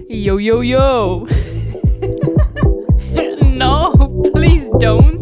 Yo, yo, yo. No, please don't.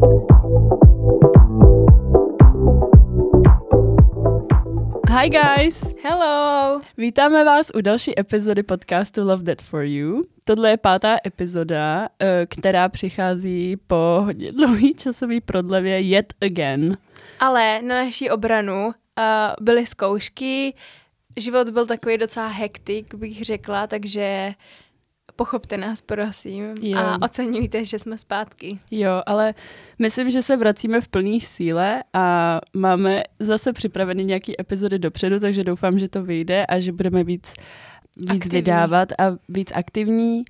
Hi guys. Hello. Vítáme vás u další epizody podcastu Love That For You. Tohle je 5. epizoda, která přichází po hodně dlouhý časový prodlevě yet again. Ale na naší obranu byly zkoušky, život byl takový docela hektik, bych řekla, takže pochopte nás, prosím, a oceňujte, že jsme zpátky. Jo, ale myslím, že se vracíme v plný síle a máme zase připraveny nějaký epizody dopředu, takže doufám, že to vyjde a že budeme víc vydávat a víc aktivní.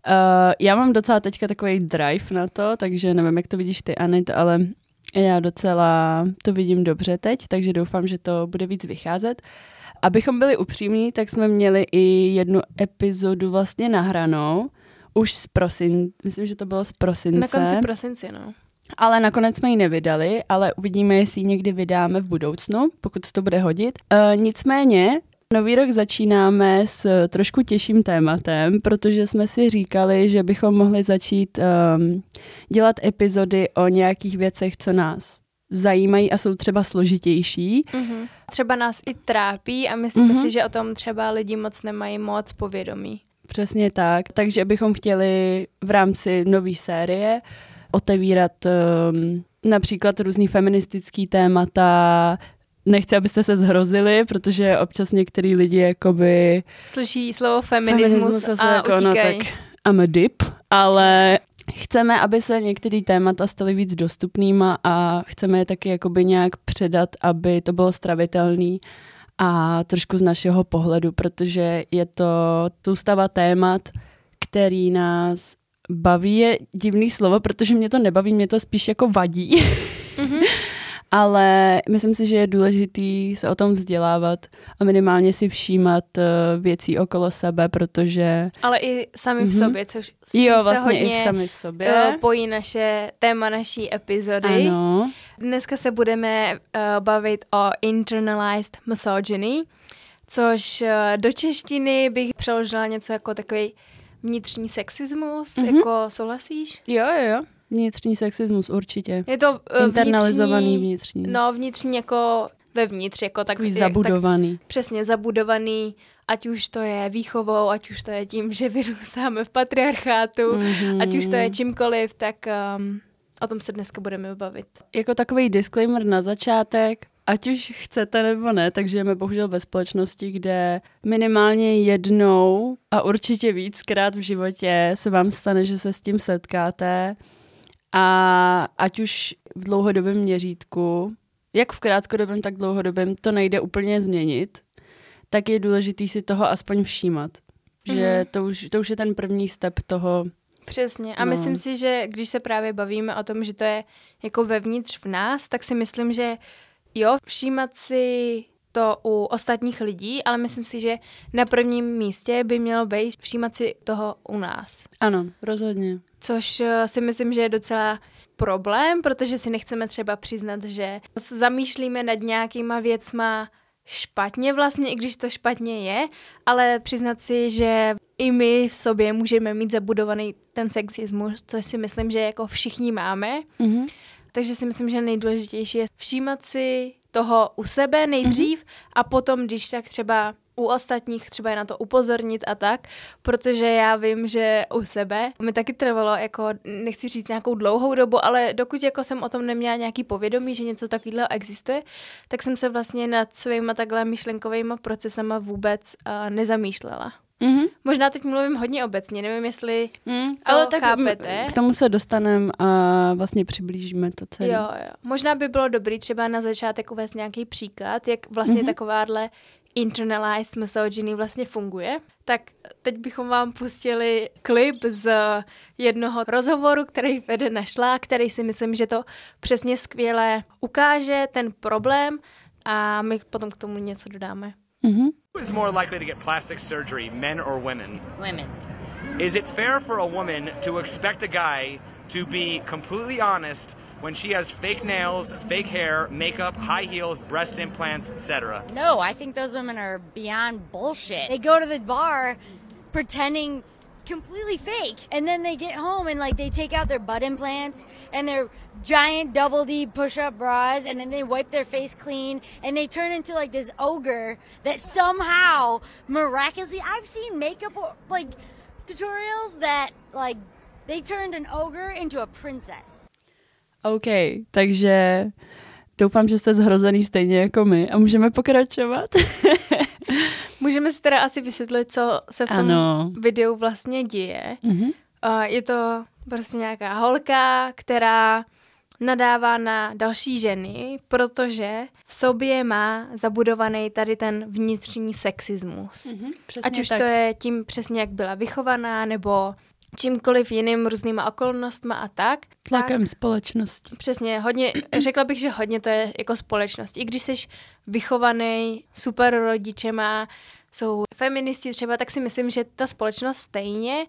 Já mám docela teďka takový drive na to, takže nevím, jak to vidíš ty, Anit, ale já docela to vidím dobře teď, takže doufám, že to bude víc vycházet. Abychom byli upřímní, tak jsme měli i jednu epizodu vlastně nahranou, už z prosince, myslím, že to bylo z prosince. Na konci prosince, no. Ale nakonec jsme ji nevydali, ale uvidíme, jestli ji někdy vydáme v budoucnu, pokud se to bude hodit. Nicméně, nový rok začínáme s trošku těžším tématem, protože jsme si říkali, že bychom mohli začít dělat epizody o nějakých věcech, co nás zajímají a jsou třeba složitější. Mm-hmm. Třeba nás i trápí a myslím si, že o tom třeba lidi moc nemají moc povědomí. Přesně tak. Takže bychom chtěli v rámci nové série otevírat například různý feministický témata. Nechci, abyste se zhrozili, protože občas některý lidi jakoby slyší slovo feminismus a jako, utíkají. No, tak I'm a dip, ale chceme, aby se některé témata staly víc dostupnýma a chceme je taky jakoby nějak předat, aby to bylo stravitelný a trošku z našeho pohledu, protože je to soustava témat, který nás baví, je divný slovo, protože mě to nebaví, mě to spíš jako vadí. Mm-hmm. Ale myslím si, že je důležitý se o tom vzdělávat a minimálně si všímat věcí okolo sebe, protože... Ale i sami v sobě, což s čím vlastně se hodně i sami v sobě pojí naše téma naší epizody. Ano. Dneska se budeme bavit o internalized misogyny, což do češtiny bych přeložila něco jako takový vnitřní sexismus, jako souhlasíš? Jo. Vnitřní sexismus určitě. Je to internalizovaný vnitřní. No, vnitřní jako vevnitř, jako takový zabudovaný. Tak, přesně, zabudovaný, ať už to je výchovou, ať už to je tím, že vyrůstáme v patriarchátu, ať už to je čímkoliv, tak o tom se dneska budeme bavit. Jako takový disclaimer na začátek, ať už chcete nebo ne, tak žijeme bohužel ve společnosti, kde minimálně jednou a určitě víckrát v životě se vám stane, že se s tím setkáte. A ať už v dlouhodobém měřítku, jak v krátkodobém, tak dlouhodobém, to nejde úplně změnit, tak je důležitý si toho aspoň všímat. Že to už je ten první step toho. Přesně. A myslím si, že když se právě bavíme o tom, že to je jako vevnitř v nás, tak si myslím, že jo, všímat si to u ostatních lidí, ale myslím si, že na prvním místě by mělo být všímat si toho u nás. Ano, rozhodně. Což si myslím, že je docela problém, protože si nechceme třeba přiznat, že zamýšlíme nad nějakýma věcma špatně vlastně, i když to špatně je, ale přiznat si, že i my v sobě můžeme mít zabudovaný ten sexismus, což si myslím, že jako všichni máme. Mm-hmm. Takže si myslím, že nejdůležitější je všímat si toho u sebe nejdřív a potom, když tak třeba u ostatních třeba je na to upozornit a tak, protože já vím, že u sebe mi taky trvalo, jako nechci říct nějakou dlouhou dobu, ale dokud jako jsem o tom neměla nějaký povědomí, že něco takového existuje, tak jsem se vlastně nad svýma takhle myšlenkovými procesama vůbec nezamýšlela. Mm-hmm. Možná teď mluvím hodně obecně, nevím, jestli ale tak chápete. K tomu se dostaneme a vlastně přiblížíme to celé. Jo. Možná by bylo dobrý třeba na začátek uvést nějaký příklad, jak vlastně takováhle internalized misogyny vlastně funguje. Tak teď bychom vám pustili klip z jednoho rozhovoru, který Fede našla, který si myslím, že to přesně skvěle ukáže ten problém a my potom k tomu něco dodáme. Who is more likely to get plastic surgery, men or women? Women. Is it fair for a woman to expect a guy to be completely honest when she has fake nails, fake hair, makeup, high heels, breast implants, etc.? No, I think those women are beyond bullshit. They go to the bar pretending completely fake. And then they get home and like they take out their butt implants and their giant double D push-up bras and then they wipe their face clean and they turn into like this ogre that somehow miraculously, I've seen makeup like tutorials that like they turned an ogre into a princess. OK, takže doufám, že jste zhrozený stejně jako my a můžeme pokračovat. Můžeme si teda asi vysvětlit, co se v tom videu vlastně děje. Mm-hmm. Je to prostě nějaká holka, která nadává na další ženy, protože v sobě má zabudovaný tady ten vnitřní sexismus. Mm-hmm, ať už tak. To je tím přesně, jak byla vychovaná, nebo čímkoliv jiným různýma okolnostma a tak. Tlakem společnosti. Přesně, hodně, řekla bych, že hodně to je jako společnost. I když jsi vychovaný, super rodičema, jsou feministi třeba, tak si myslím, že ta společnost stejně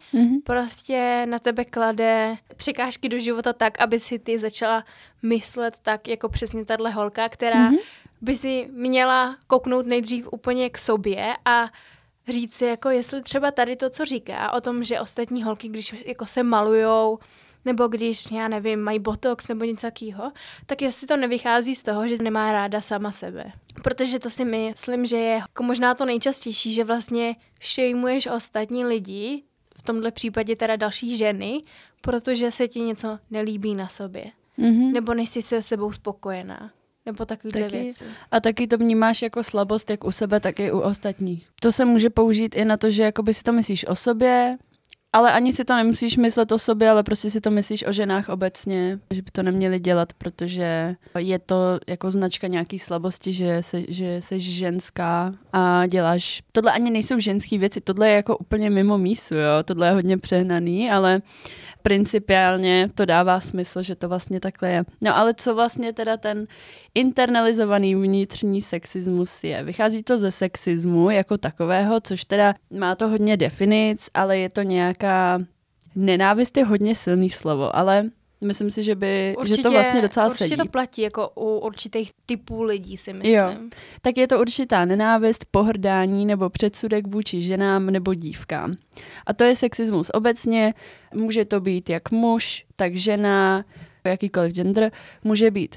prostě na tebe klade překážky do života tak, aby si ty začala myslet tak, jako přesně tahle holka, která by si měla kouknout nejdřív úplně k sobě a říct si, jako jestli třeba tady to, co říká o tom, že ostatní holky, když jako se malujou, nebo když, já nevím, mají botox nebo něco takového, tak jestli to nevychází z toho, že nemá ráda sama sebe. Protože to si myslím, že je jako možná to nejčastější, že vlastně šejmuješ ostatní lidi, v tomhle případě teda další ženy, protože se ti něco nelíbí na sobě. Mm-hmm. Nebo nejsi se sebou spokojená. Nebo takovýhle věci. A taky to vnímáš jako slabost, jak u sebe, tak i u ostatních. To se může použít i na to, že jakoby si to myslíš o sobě, ale ani si to nemusíš myslet o sobě, ale prostě si to myslíš o ženách obecně, že by to neměli dělat, protože je to jako značka nějaký slabosti, že jsi ženská a děláš... Tohle ani nejsou ženský věci, tohle je jako úplně mimo mísu, jo? Tohle je hodně přehnaný, ale principiálně to dává smysl, že to vlastně takhle je. No ale co vlastně teda ten internalizovaný vnitřní sexismus je? Vychází to ze sexismu jako takového, což teda má to hodně definic, ale je to nějaká... Nenávist je hodně silný slovo, ale myslím si, že to vlastně docela sedí. Určitě to platí jako u určitých typů lidí, si myslím. Jo. Tak je to určitá nenávist, pohrdání nebo předsudek vůči ženám nebo dívkám. A to je sexismus. Obecně může to být jak muž, tak žena, jakýkoliv gender, může být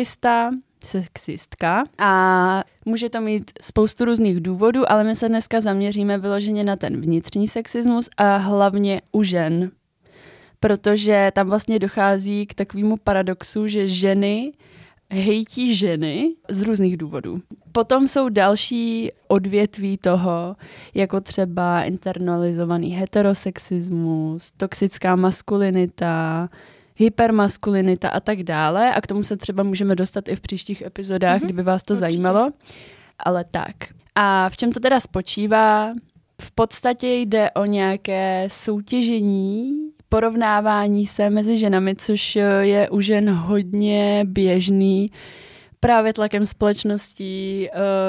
sexistka a může to mít spoustu různých důvodů, ale my se dneska zaměříme vyloženě na ten vnitřní sexismus a hlavně u žen. Protože tam vlastně dochází k takovému paradoxu, že ženy hejtí ženy z různých důvodů. Potom jsou další odvětví toho, jako třeba internalizovaný heterosexismus, toxická maskulinita, hypermaskulinita a tak dále. A k tomu se třeba můžeme dostat i v příštích epizodách, kdyby vás to zajímalo. Ale tak. A v čem to teda spočívá? V podstatě jde o nějaké soutěžení, porovnávání se mezi ženami, což je u žen hodně běžný právě tlakem společností.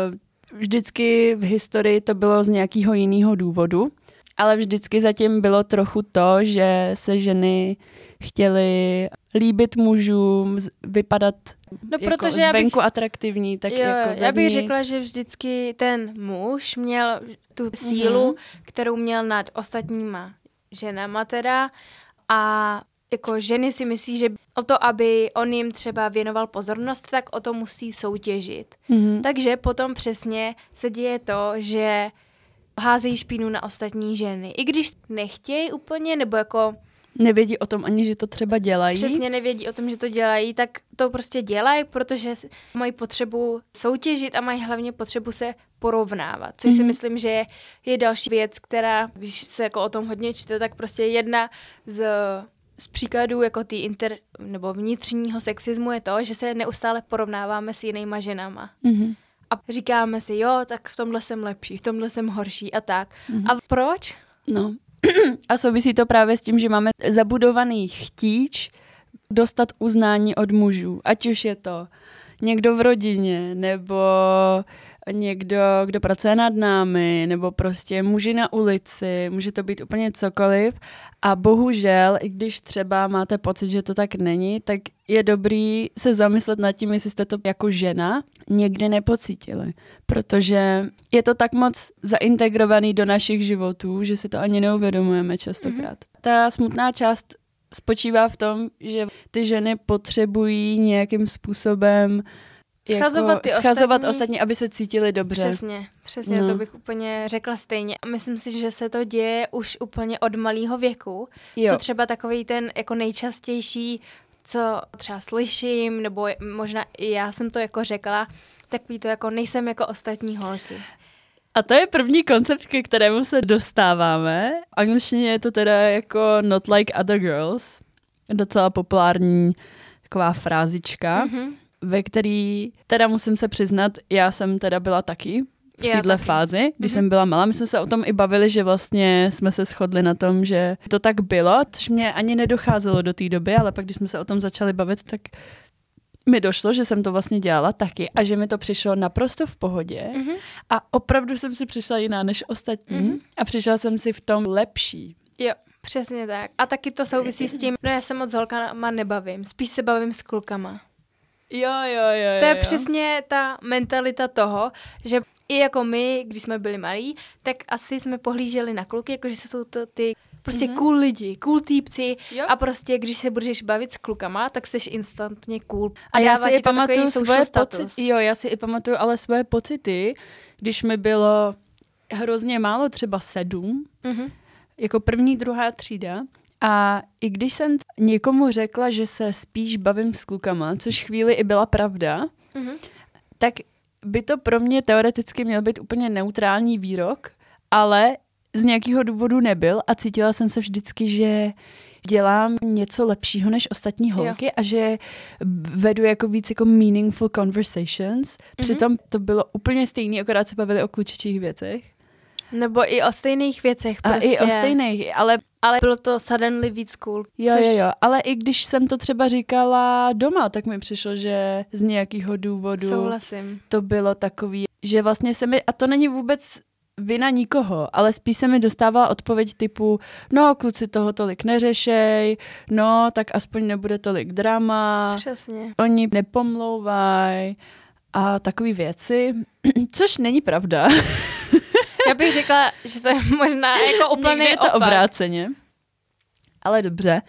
Vždycky v historii to bylo z nějakého jiného důvodu, ale vždycky zatím bylo trochu to, že se ženy chtěly líbit mužům, vypadat jako zvenku atraktivní, tak jako zevnitř. Já bych řekla, že vždycky ten muž měl tu sílu, kterou měl nad ostatníma ženama teda a jako ženy si myslí, že o to, aby on jim třeba věnoval pozornost, tak o to musí soutěžit. Takže potom přesně se děje to, že házejí špínu na ostatní ženy. I když nechtějí úplně, nebo jako... Nevědí o tom ani, že to třeba dělají. Přesně nevědí o tom, že to dělají, tak to prostě dělají, protože mají potřebu soutěžit a mají hlavně potřebu se porovnávat. Což si myslím, že je další věc, která, když se jako o tom hodně čte, tak prostě jedna z příkladů jako nebo vnitřního sexismu je to, že se neustále porovnáváme s jinýma ženama. A říkáme si, jo, tak v tomhle jsem lepší, v tomhle jsem horší a tak. A proč? No. A souvisí to právě s tím, že máme zabudovaný chtíč dostat uznání od mužů. Ať už je to někdo v rodině, nebo někdo, kdo pracuje nad námi, nebo prostě muži na ulici, může to být úplně cokoliv. A bohužel, i když třeba máte pocit, že to tak není, tak je dobrý se zamyslet nad tím, jestli jste to jako žena někdy nepocítili. Protože je to tak moc zaintegrovaný do našich životů, že si to ani neuvědomujeme častokrát. Ta smutná část spočívá v tom, že ty ženy potřebují nějakým způsobem schazovat ostatní, aby se cítili dobře. Přesně, to bych úplně řekla stejně. Myslím si, že se to děje už úplně od malého věku. Co třeba takový ten jako nejčastější, co třeba slyším, nebo možná i já jsem to jako řekla, takový to jako nejsem jako ostatní holky. A to je první koncept, ke kterému se dostáváme. V angličtině je to teda jako not like other girls. Docela populární taková frázička, ve který teda musím se přiznat, já jsem teda byla taky v této fázi, když jsem byla malá. My jsme se o tom i bavili, že vlastně jsme se shodli na tom, že to tak bylo, což mě ani nedocházelo do té doby, ale pak, když jsme se o tom začali bavit, tak mi došlo, že jsem to vlastně dělala taky a že mi to přišlo naprosto v pohodě a opravdu jsem si přišla jiná než ostatní a přišla jsem si v tom lepší. Jo, přesně tak. A taky to souvisí s tím, no já se moc s holkama nebavím, spíš se bavím s klukama. Jo. To je přesně ta mentalita toho, že i jako my, když jsme byli malí, tak asi jsme pohlíželi na kluky, jakože jsou to ty prostě cool lidi, cool týpci a prostě když se budeš bavit s klukama, tak seš instantně cool. A já si i pamatuju svoje pocity. Jo, já si i pamatuju ale svoje pocity, když mi bylo hrozně málo, třeba 7, jako 1., 2. třída. A i když jsem někomu řekla, že se spíš bavím s klukama, což chvíli i byla pravda, tak by to pro mě teoreticky měl být úplně neutrální výrok, ale z nějakého důvodu nebyl a cítila jsem se vždycky, že dělám něco lepšího než ostatní holky a že vedu jako víc jako meaningful conversations. Přitom to bylo úplně stejný, akorát se bavili o klučičích věcech. Nebo i o stejných věcech prostě. A i o stejných, ale bylo to suddenly víc cool. Jo, ale i když jsem to třeba říkala doma, tak mi přišlo, že z nějakého důvodu souhlasím. To bylo takový, že vlastně se mi, a to není vůbec vina nikoho, ale spíš se mi dostávala odpověď typu, no kluci toho tolik neřešej, no tak aspoň nebude tolik drama, přesně. Oni nepomlouvaj a takové věci, což není pravda. Já bych řekla, že to je možná jako úplný je to opak. Obráceně. Ale dobře.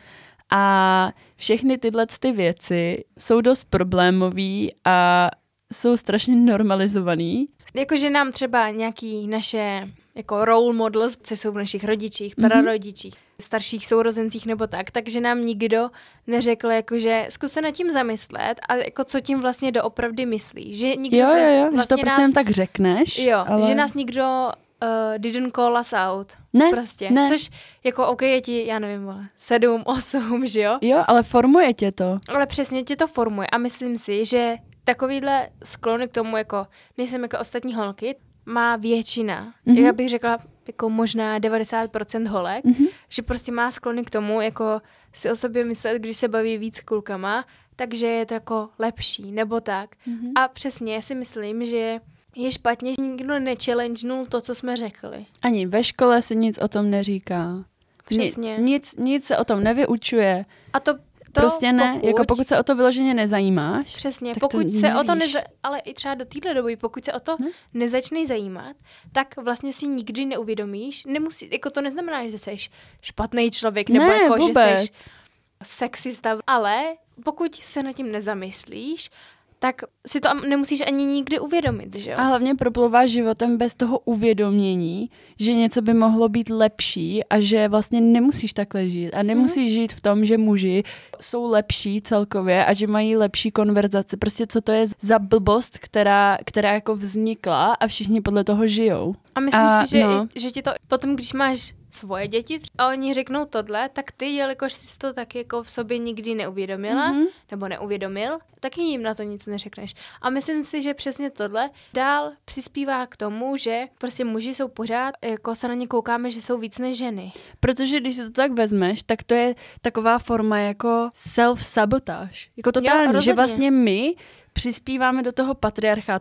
A všechny tyhle ty věci jsou dost problémový a jsou strašně normalizovaný. Jakože nám třeba nějaký naše jako role models, co jsou v našich rodičích, prarodičích, starších sourozencích nebo tak, takže nám nikdo neřekl, jakože zkus se nad tím zamyslet a jako co tím vlastně doopravdy myslí. Že nikdo jo, vlastně že to prostě jen tak řekneš. Jo, ale... že nás nikdo didn't call us out. Ne, prostě. ne. Což jako OK je ti, já nevím, 7, 8, že jo? Jo, ale formuje tě to. Ale přesně tě to formuje a myslím si, že takovýhle sklony k tomu, jako nejsem jako ostatní holky, má většina. Já bych řekla jako možná 90% holek, že prostě má sklony k tomu, jako si o sobě myslet, když se baví víc klukama, takže je to jako lepší, nebo tak. A přesně si myslím, že je špatně, že nikdo nechallengenul to, co jsme řekli. Ani ve škole se nic o tom neříká. Přesně. Nic se o tom nevyučuje. A to prostě ne, jako pokud se o to vyloženě nezajímáš. Přesně, pokud se o to ale i třeba do téhle doby, pokud se o to nezačneš zajímat, tak vlastně si nikdy neuvědomíš, nemusí, jako to neznamená, že jsi špatný člověk, nebo ne, jako, vůbec. že jsi sexista, ale pokud se nad tím nezamyslíš, tak si to nemusíš ani nikdy uvědomit, že jo? A hlavně proplouváš životem bez toho uvědomění, že něco by mohlo být lepší a že vlastně nemusíš takhle žít. A nemusíš žít v tom, že muži jsou lepší celkově a že mají lepší konverzace. Prostě co to je za blbost, která jako vznikla a všichni podle toho žijou. A myslím si, že ti to potom, když máš svoje děti a oni řeknou tohle, tak ty, jelikož jsi to taky jako v sobě nikdy neuvědomila, nebo neuvědomil, taky jim na to nic neřekneš. A myslím si, že přesně tohle dál přispívá k tomu, že prostě muži jsou pořád, jako se na ně koukáme, že jsou víc než ženy. Protože když si to tak vezmeš, tak to je taková forma jako self-sabotáž. Jako totální, že vlastně my přispíváme do toho patriarchátu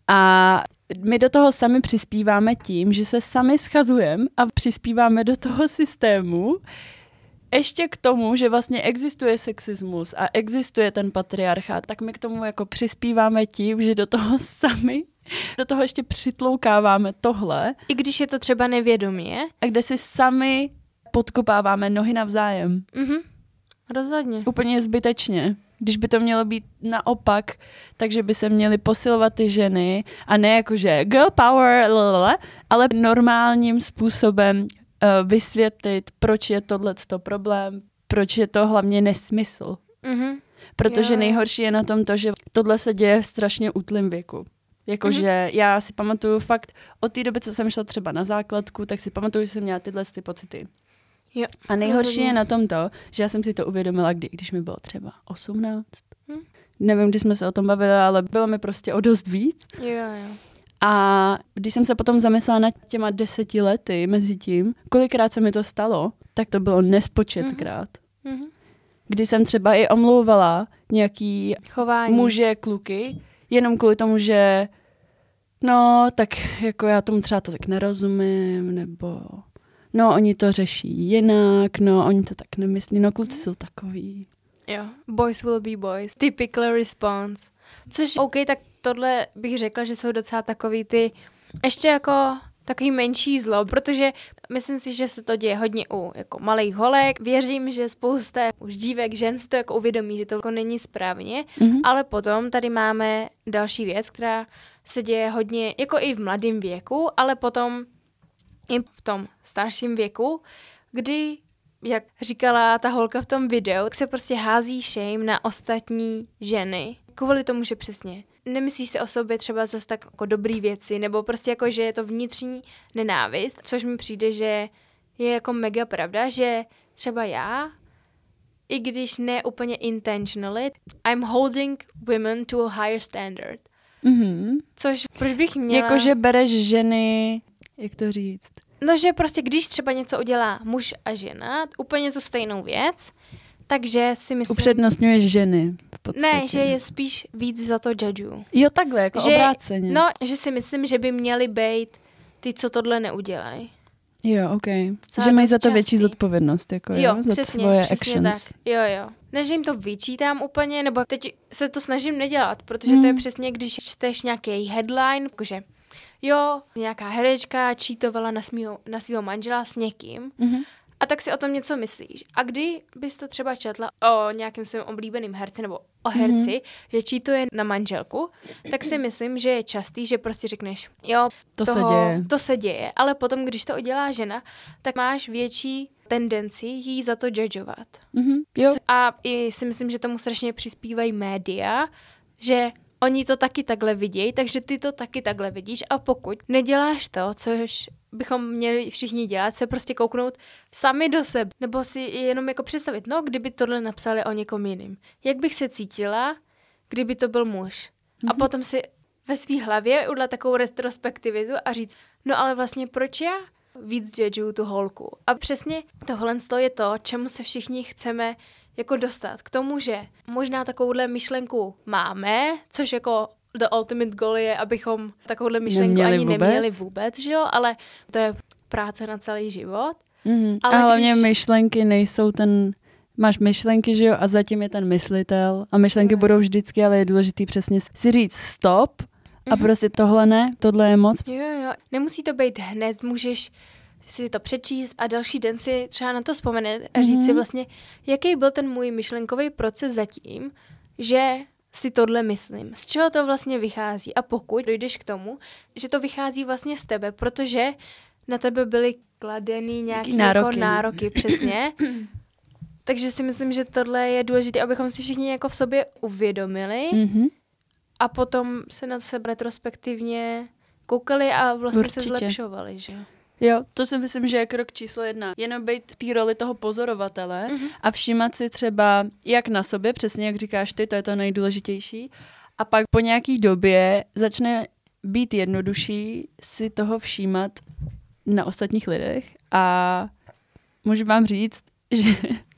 A my do toho sami přispíváme tím, že se sami schazujeme a přispíváme do toho systému. Ještě k tomu, že vlastně existuje sexismus a existuje ten patriarchát, tak my k tomu jako přispíváme tím, že do toho sami, do toho ještě přitloukáváme tohle. I když je to třeba nevědomě. A kde si sami podkopáváme nohy navzájem. Rozhodně. Úplně zbytečně. Když by to mělo být naopak, takže by se měly posilovat ty ženy a ne jakože girl power, ale normálním způsobem vysvětlit, proč je tohleto problém, proč je to hlavně nesmysl. Protože nejhorší je na tom to, že tohle se děje v strašně útlém věku. Jakože já si pamatuju fakt, od té doby, co jsem šla třeba na základku, tak si pamatuju, že jsem měla tyhle ty pocity. Jo, a nejhorší je na tom to, že já jsem si to uvědomila, když mi bylo třeba 18. Nevím, kdy jsme se o tom bavili, ale bylo mi prostě o dost víc. Jo. A když jsem se potom zamyslela nad těma 10 lety mezi tím, kolikrát se mi to stalo, tak to bylo nespočetkrát. Kdy jsem třeba i omlouvala nějaký chování. Muže, kluky, jenom kvůli tomu, že no, tak jako já tomu třeba to tak nerozumím, nebo no, oni to řeší jinak, no, oni to tak nemyslí, no, kluci jsou takový. Jo, boys will be boys. Typical response. Což, OK, tak tohle bych řekla, že jsou docela takový ty, ještě jako takový menší zlo, protože myslím si, že se to děje hodně u jako malých holek. Věřím, že spousta už dívek, žen si to jako uvědomí, že to jako není správně, ale potom tady máme další věc, která se děje hodně, jako i v mladém věku, ale potom i v tom starším věku, kdy, jak říkala ta holka v tom videu, tak se prostě hází shame na ostatní ženy. Kvůli tomu, že přesně nemyslíš si o sobě třeba zase tak jako dobrý věci, nebo prostě jako, že je to vnitřní nenávist, což mi přijde, že je jako mega pravda, že třeba já, i když ne úplně intentionally, I'm holding women to a higher standard. Což, proč bych měla... Jakože bereš ženy, jak to říct? No, že prostě když třeba něco udělá muž a žena, úplně tu stejnou věc, takže si myslím... Upřednostňuješ ženy v podstatě. Ne, že je spíš víc za to judgeu. Jo, takhle, jako že, obráceně. No, že si myslím, že by měly být ty, co tohle neudělají. Jo, ok. Že mají za to větší zodpovědnost, jako jo, za přesně, svoje přesně actions. Tak. Jo. Ne, že jim to vyčítám úplně, nebo teď se to snažím nedělat, protože to je přesně, když čteš nějaký headline, jakože jo, nějaká herečka cheatovala na svýho manžela s někým, a tak si o tom něco myslíš. A kdy bys to třeba četla o nějakém svém oblíbeném herci nebo o herci, že cheatuje na manželku, tak si myslím, že je častý, že prostě řekneš, jo, to se děje, ale potom, když to udělá žena, tak máš větší tendenci jí za to judgeovat. Jo. A i si myslím, že tomu strašně přispívají média, že oni to taky takhle vidějí, takže ty to taky takhle vidíš a pokud neděláš to, což bychom měli všichni dělat, se prostě kouknout sami do sebe, nebo si jenom jako představit, no, kdyby tohle napsali o někom jiným. Jak bych se cítila, kdyby to byl muž? A potom si ve svý hlavě udělat takovou retrospektivitu a říct, no ale vlastně proč já víc judgeu tu holku? A přesně tohle je to, čemu se všichni chceme jako dostat k tomu, že možná takovouhle myšlenku máme, což jako the ultimate goal je, abychom takovouhle myšlenku neměli vůbec, že jo, ale to je práce na celý život. Ale a hlavně myšlenky nejsou máš myšlenky, že jo, a zatím je ten myslitel a myšlenky budou vždycky, ale je důležitý přesně si říct stop a prostě tohle ne, tohle je moc. Jo, nemusí to být hned, můžeš si to přečíst a další den si třeba na to vzpomenout a říct si vlastně, jaký byl ten můj myšlenkový proces zatím, že si tohle myslím. Z čeho to vlastně vychází? A pokud dojdeš k tomu, že to vychází vlastně z tebe, protože na tebe byly kladeny nějaké nároky přesně. Takže si myslím, že tohle je důležité, abychom si všichni jako v sobě uvědomili a potom se na sebe retrospektivně koukali a vlastně se zlepšovali, že? Jo, to si myslím, že je krok číslo 1. Jenom být v té roli toho pozorovatele a všímat si třeba jak na sobě, přesně jak říkáš ty, to je to nejdůležitější. A pak po nějaký době začne být jednodušší si toho všímat na ostatních lidech. A můžu vám říct, že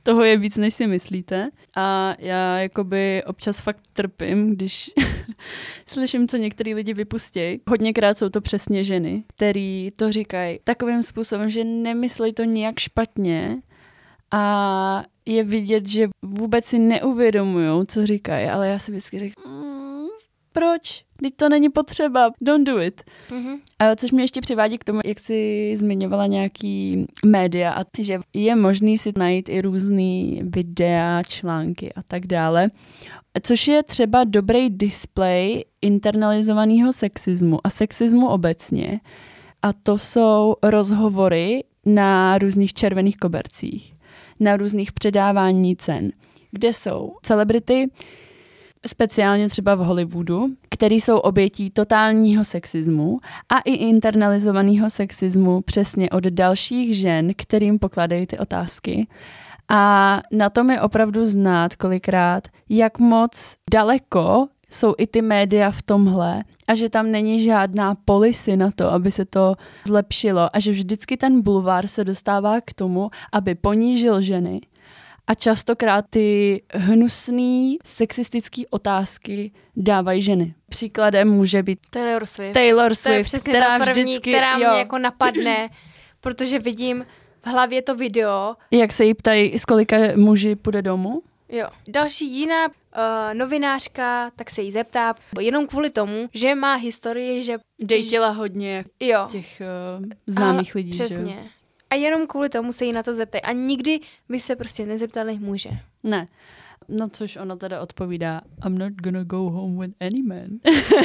toho je víc, než si myslíte. A já jakoby občas fakt trpím, když slyším, co některý lidi vypustějí. Hodněkrát jsou to přesně ženy, který to říkají takovým způsobem, že nemyslí to nijak špatně a je vidět, že vůbec si neuvědomujou, co říkají, ale já si vždycky říkám, proč? Teď to není potřeba, don't do it. A což mě ještě přivádí k tomu, jak jsi zmiňovala nějaký média a že je možný si najít i různý videa, články a tak dále, což je třeba dobrý displej internalizovaného sexismu a sexismu obecně. A to jsou rozhovory na různých červených kobercích, na různých předávání cen, kde jsou celebrity, speciálně třeba v Hollywoodu, který jsou obětí totálního sexismu a i internalizovaného sexismu přesně od dalších žen, kterým pokladají ty otázky. A na tom je opravdu znát kolikrát, jak moc daleko jsou i ty média v tomhle a že tam není žádná policy na to, aby se to zlepšilo a že vždycky ten bulvár se dostává k tomu, aby ponížil ženy. A častokrát ty hnusný sexistický otázky dávají ženy. Příkladem může být Taylor Swift. To je přesně která ta první, vždycky, která mě jako napadne, protože vidím v hlavě to video. Jak se jí ptají, z kolika muži půjde domů? Jo. Další jiná novinářka, tak se jí zeptá, jenom kvůli tomu, že má historii, že dejtěla hodně těch známých lidí. Přesně. Že? A jenom kvůli tomu se jí na to zeptají. A nikdy by se prostě nezeptali muže. Ne. No což ona teda odpovídá, I'm not gonna go home with any man.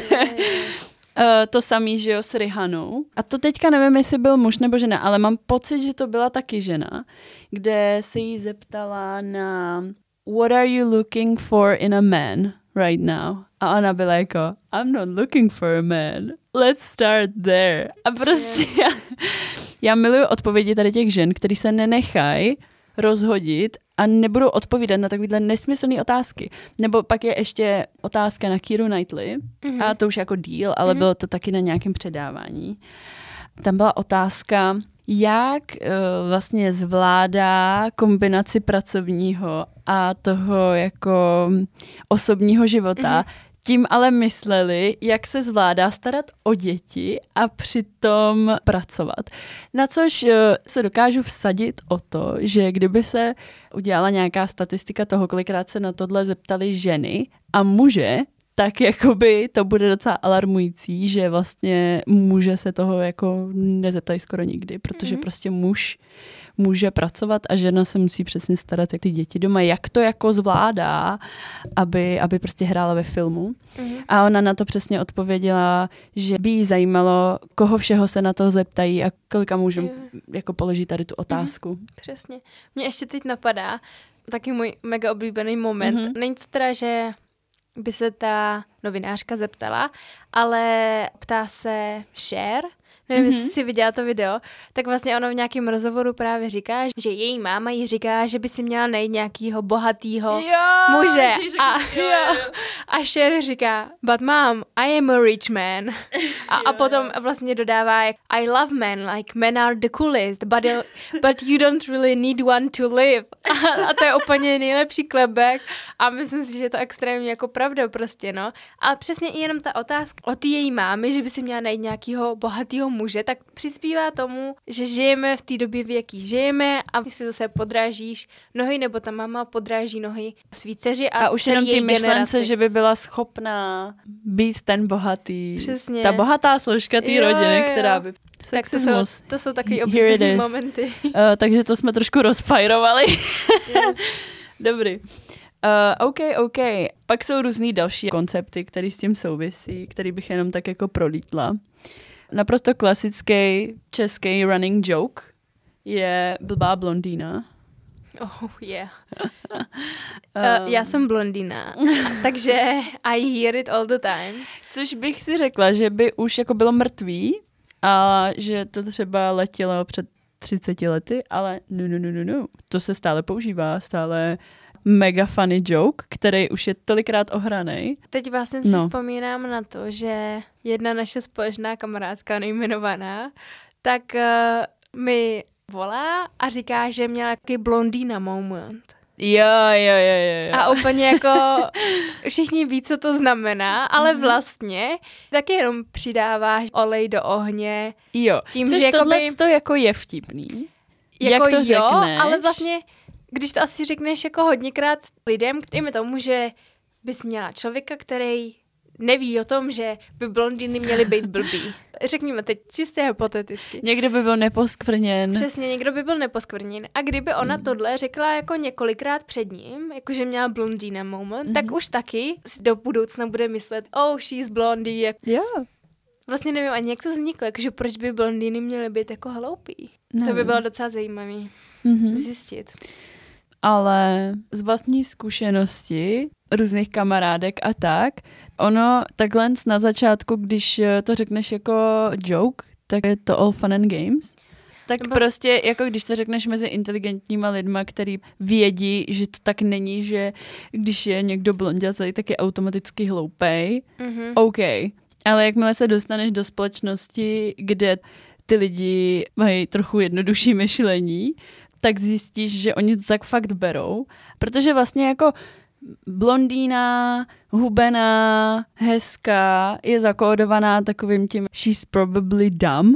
To samý, že jo, s Rihannou. A to teďka nevím, jestli byl muž nebo žena, ale mám pocit, že to byla taky žena, kde se jí zeptala na what are you looking for in a man right now? A ona byla jako, I'm not looking for a man. Let's start there. A prostě já miluju odpovědi tady těch žen, který se nenechají rozhodit a nebudou odpovídat na takovýhle nesmyslné otázky. Nebo pak je ještě otázka na Keira Knightley, a to už jako deal, ale bylo to taky na nějakém předávání. Tam byla otázka, jak vlastně zvládá kombinaci pracovního a toho jako osobního života. Tím ale mysleli, jak se zvládá starat o děti a přitom pracovat. Na což se dokážu vsadit o to, že kdyby se udělala nějaká statistika toho, kolikrát se na tohle zeptali ženy a muže, tak jakoby to bude docela alarmující, že vlastně muže se toho jako nezeptají skoro nikdy, protože prostě muž může pracovat a žena se musí přesně starat jak ty děti doma, jak to jako zvládá, aby prostě hrála ve filmu. A ona na to přesně odpověděla, že by jí zajímalo, koho všeho se na to zeptají a kolika můžu jako položit tady tu otázku. Přesně. Mě ještě teď napadá taky můj mega oblíbený moment. Není to teda, že by se ta novinářka zeptala, ale ptá se Cher, nevím, jestli jsi viděla to video, tak vlastně ona v nějakém rozhovoru právě říká, že její máma jí říká, že by si měla najít nějakýho bohatýho muže. A Cher říká, but mom, I am a rich man. A potom vlastně dodává, I love men, like men are the coolest, but you don't really need one to live. A to je úplně nejlepší clapback a myslím si, že je to extrémně jako pravda prostě, no. A přesně i jenom ta otázka od její mámy, že by si měla najít nějakýho bohatýho muže, tak přispívá tomu, že žijeme v té době, v jaký žijeme a ty si zase podrážíš nohy, nebo ta mama podráží nohy svý dceři a už jenom ty myšlence, že by byla schopná být ten bohatý. Přesně. Ta bohatá složka té rodiny, která by... Tak to jsou takový oblíbený momenty. Takže to jsme trošku rozfajrovali. Yes. Dobrý. OK. Pak jsou různý další koncepty, které s tím souvisí, který bych jenom tak jako prolítla. Naprosto klasický český running joke je blbá blondýna. Oh, yeah. Já jsem blondýna, takže I hear it all the time. Což bych si řekla, že by už jako bylo mrtvý a že to třeba letělo před 30 lety, ale no. To se stále používá, stále mega funny joke, který už je tolikrát ohranej. Teď vlastně si vzpomínám na to, že jedna naše společná kamarádka nejmenovaná, tak mi volá a říká, že měla jaký blondýna moment. Jo. A úplně jako všichni ví, co to znamená, ale vlastně taky jenom přidáváš olej do ohně. Jo, tím, což že to jako je vtipný. Jako jak to jo, řekneš? ale vlastně, když to asi řekneš jako hodněkrát lidem, dejme tomu, že bys měla člověka, který neví o tom, že by blondýny měly být blbý. Řekněme teď čistě hypoteticky. Někdo by byl neposkvrněn. Přesně, někdo by byl neposkvrněn. A kdyby ona tohle řekla jako několikrát před ním, jakože měla blondýna moment, tak už taky do budoucna bude myslet, oh, she's blondie. Jo. Vlastně nevím ani, jak to vzniklo, jakože proč by blondýny měly být jako hloupý. To by bylo docela zajímavý zjistit. Ale z vlastní zkušenosti různých kamarádek a tak, ono takhle na začátku, když to řekneš jako joke, tak je to all fun and games. Tak prostě, jako když to řekneš mezi inteligentníma lidma, který vědí, že to tak není, že když je někdo blondětej, tak je automaticky hloupej. OK. Ale jakmile se dostaneš do společnosti, kde ty lidi mají trochu jednodušší myšlení, tak zjistíš, že oni to tak fakt berou. Protože vlastně jako blondýna, hubená, hezká je zakódovaná takovým tím she's probably dumb.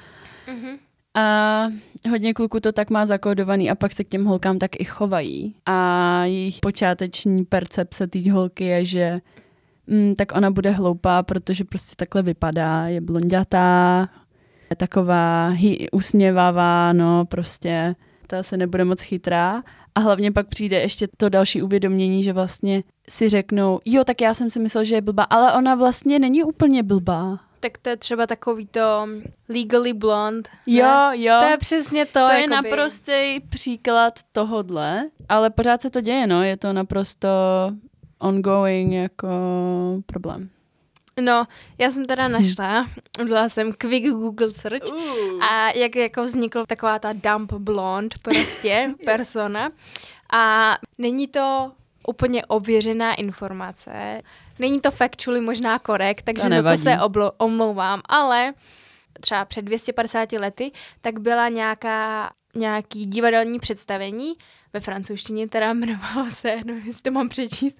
A hodně kluků to tak má zakódovaný a pak se k těm holkám tak i chovají. A jejich počáteční percepce té holky je, že tak ona bude hloupá, protože prostě takhle vypadá, je blonďatá, je taková usměvavá, no prostě ta se nebude moc chytrá. A hlavně pak přijde ještě to další uvědomění, že vlastně si řeknou, jo, tak já jsem si myslel, že je blbá, ale ona vlastně není úplně blbá. Tak to je třeba takový to legally blonde. Jo. To je přesně to. To jakoby. je naprostý příklad tohodle, ale pořád se to děje, no, je to naprosto ongoing jako problém. No, já jsem teda našla, udělala jsem quick Google search a jak jako vznikla taková ta dumb blonde prostě persona a není to úplně ověřená informace, není to factually možná korekt, takže za to se omlouvám, ale třeba před 250 lety tak byla nějaký divadelní představení ve francouzštině, teda jmenovalo se, nevím, jestli to mám přečíst,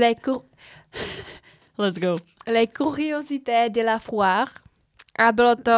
Let's go. Les curiosités de la foire. A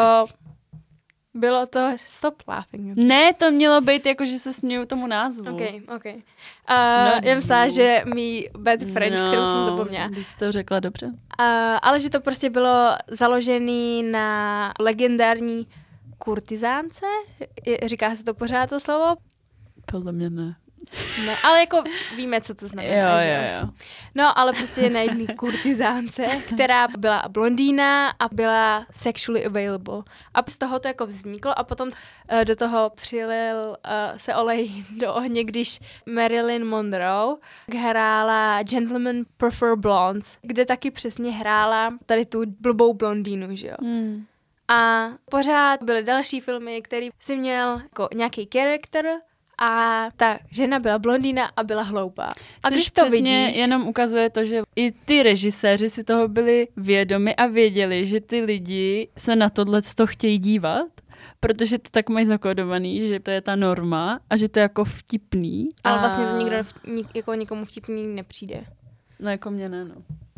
bylo to stop laughing. Ne, to mělo být jako, že se směju tomu názvu. Ok. Já myslela, že mý bad French, kterou jsem zapomněla. Když jsi to řekla dobře. Ale že to prostě bylo založené na legendární kurtizánce. Říká se to pořád to slovo? Podle mě ne. No, ale jako víme, co to znamená, že jo. No, ale prostě je na jedný kurtizánce, která byla blondýna a byla sexually available. A z toho to jako vzniklo a potom do toho přilil se olej do ohně, když Marilyn Monroe hrála Gentlemen Prefer Blondes, kde taky přesně hrála tady tu blbou blondýnu, že jo. A pořád byly další filmy, který si měl jako nějaký charakter, a ta žena byla blondýna a byla hloupá. A což když to přesně vidíš, jenom ukazuje to, že i ty režiséři si toho byli vědomi a věděli, že ty lidi se na tohleto chtějí dívat, protože to tak mají zakódovaný, že to je ta norma a že to je jako vtipný. Ale vlastně to nikdo jako nikomu vtipný nepřijde. No jako mě ne, no.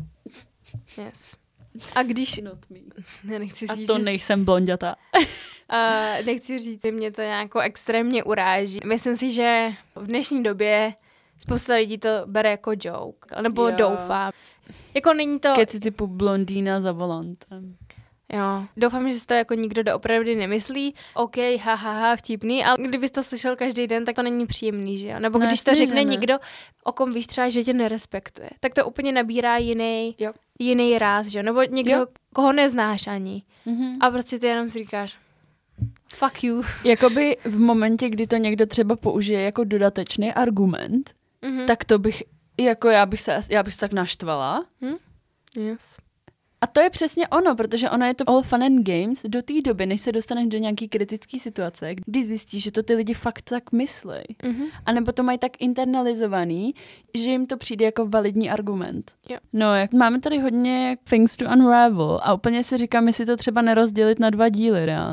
Yes. A když... Not me. Já nechci říct, a to nejsem blonďata. Nechci říct, že mě to nějak extrémně uráží. Myslím si, že v dnešní době spousta lidí to bere jako joke. Nebo doufám. Jako není to... Keci typu blondýna za volantem. Jo, doufám, že si to jako nikdo doopravdy nemyslí. OK, vtipný, ale kdybys to slyšel každý den, tak to není příjemný, že jo? Nebo když to řekne někdo, o kom víš třeba, že tě nerespektuje, tak to úplně nabírá jiný ráz, že jo? Nebo někdo, koho neznáš ani. A prostě ty jenom si říkáš, fuck you. Jakoby v momentě, kdy to někdo třeba použije jako dodatečný argument, tak to bych, jako já bych se tak naštvala. Yes. A to je přesně ono, protože ono je to all fun and games do té doby, než se dostaneš do nějaký kritické situace, kdy zjistíš, že to ty lidi fakt tak myslej. A nebo to mají tak internalizovaný, že jim to přijde jako validní argument. Jo. No, jak máme tady hodně things to unravel a úplně si říkám, jestli to třeba nerozdělit na 2 díly reálně.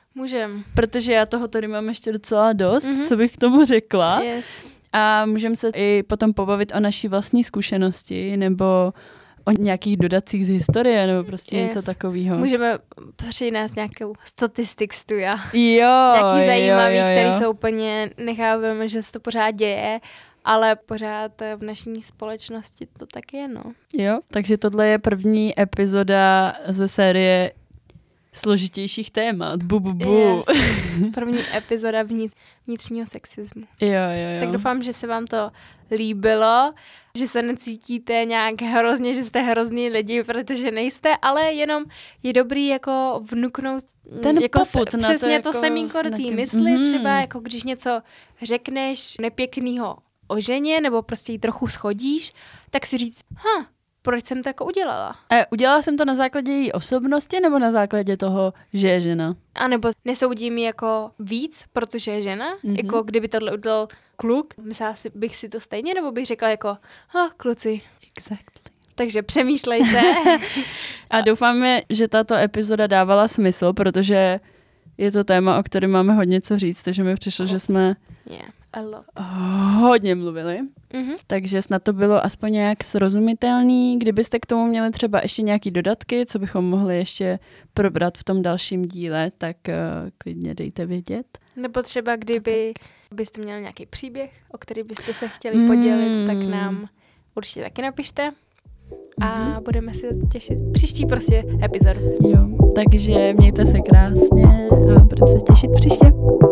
Můžem. Protože já toho tady mám ještě docela dost, co bych k tomu řekla. Yes. A můžeme se i potom pobavit o naší vlastní zkušenosti nebo o nějakých dodacích z historie nebo prostě něco takového. Můžeme přinést nějakou statistics tu já. Jo, nějaký zajímavý, jo. který jsou úplně, necháváme, že se to pořád děje, ale pořád v naší společnosti to tak je, no. Jo, takže tohle je první epizoda ze série složitějších témat. Yes. První epizoda vnitřního sexismu. Jo. Tak doufám, že se vám to líbilo, že se necítíte nějak hrozně, že jste hrozný lidi, protože nejste, ale jenom je dobrý jako vnuknout ten jako popud na přesně to to jako semínko do té tím. mysli, třeba jako když něco řekneš nepěknýho o ženě, nebo prostě jí trochu schodíš, tak si říct, proč jsem to jako udělala? Udělala jsem to na základě její osobnosti nebo na základě toho, že je žena? A nebo nesoudím ji jako víc, protože je žena? Jako kdyby tohle udělal kluk, myslela bych si to stejně, nebo bych řekla jako, kluci. Exactly. Takže přemýšlejte. A doufáme, že tato epizoda dávala smysl, protože je to téma, o kterém máme hodně co říct, takže mi přišlo, že jsme hodně mluvili. Takže snad to bylo aspoň nějak srozumitelný. Kdybyste k tomu měli třeba ještě nějaký dodatky, co bychom mohli ještě probrat v tom dalším díle, tak klidně dejte vědět. Nebo třeba byste měli nějaký příběh, o který byste se chtěli podělit, tak nám určitě taky napište. A budeme se těšit příští prostě epizodu. Jo, takže mějte se krásně a budeme se těšit příště.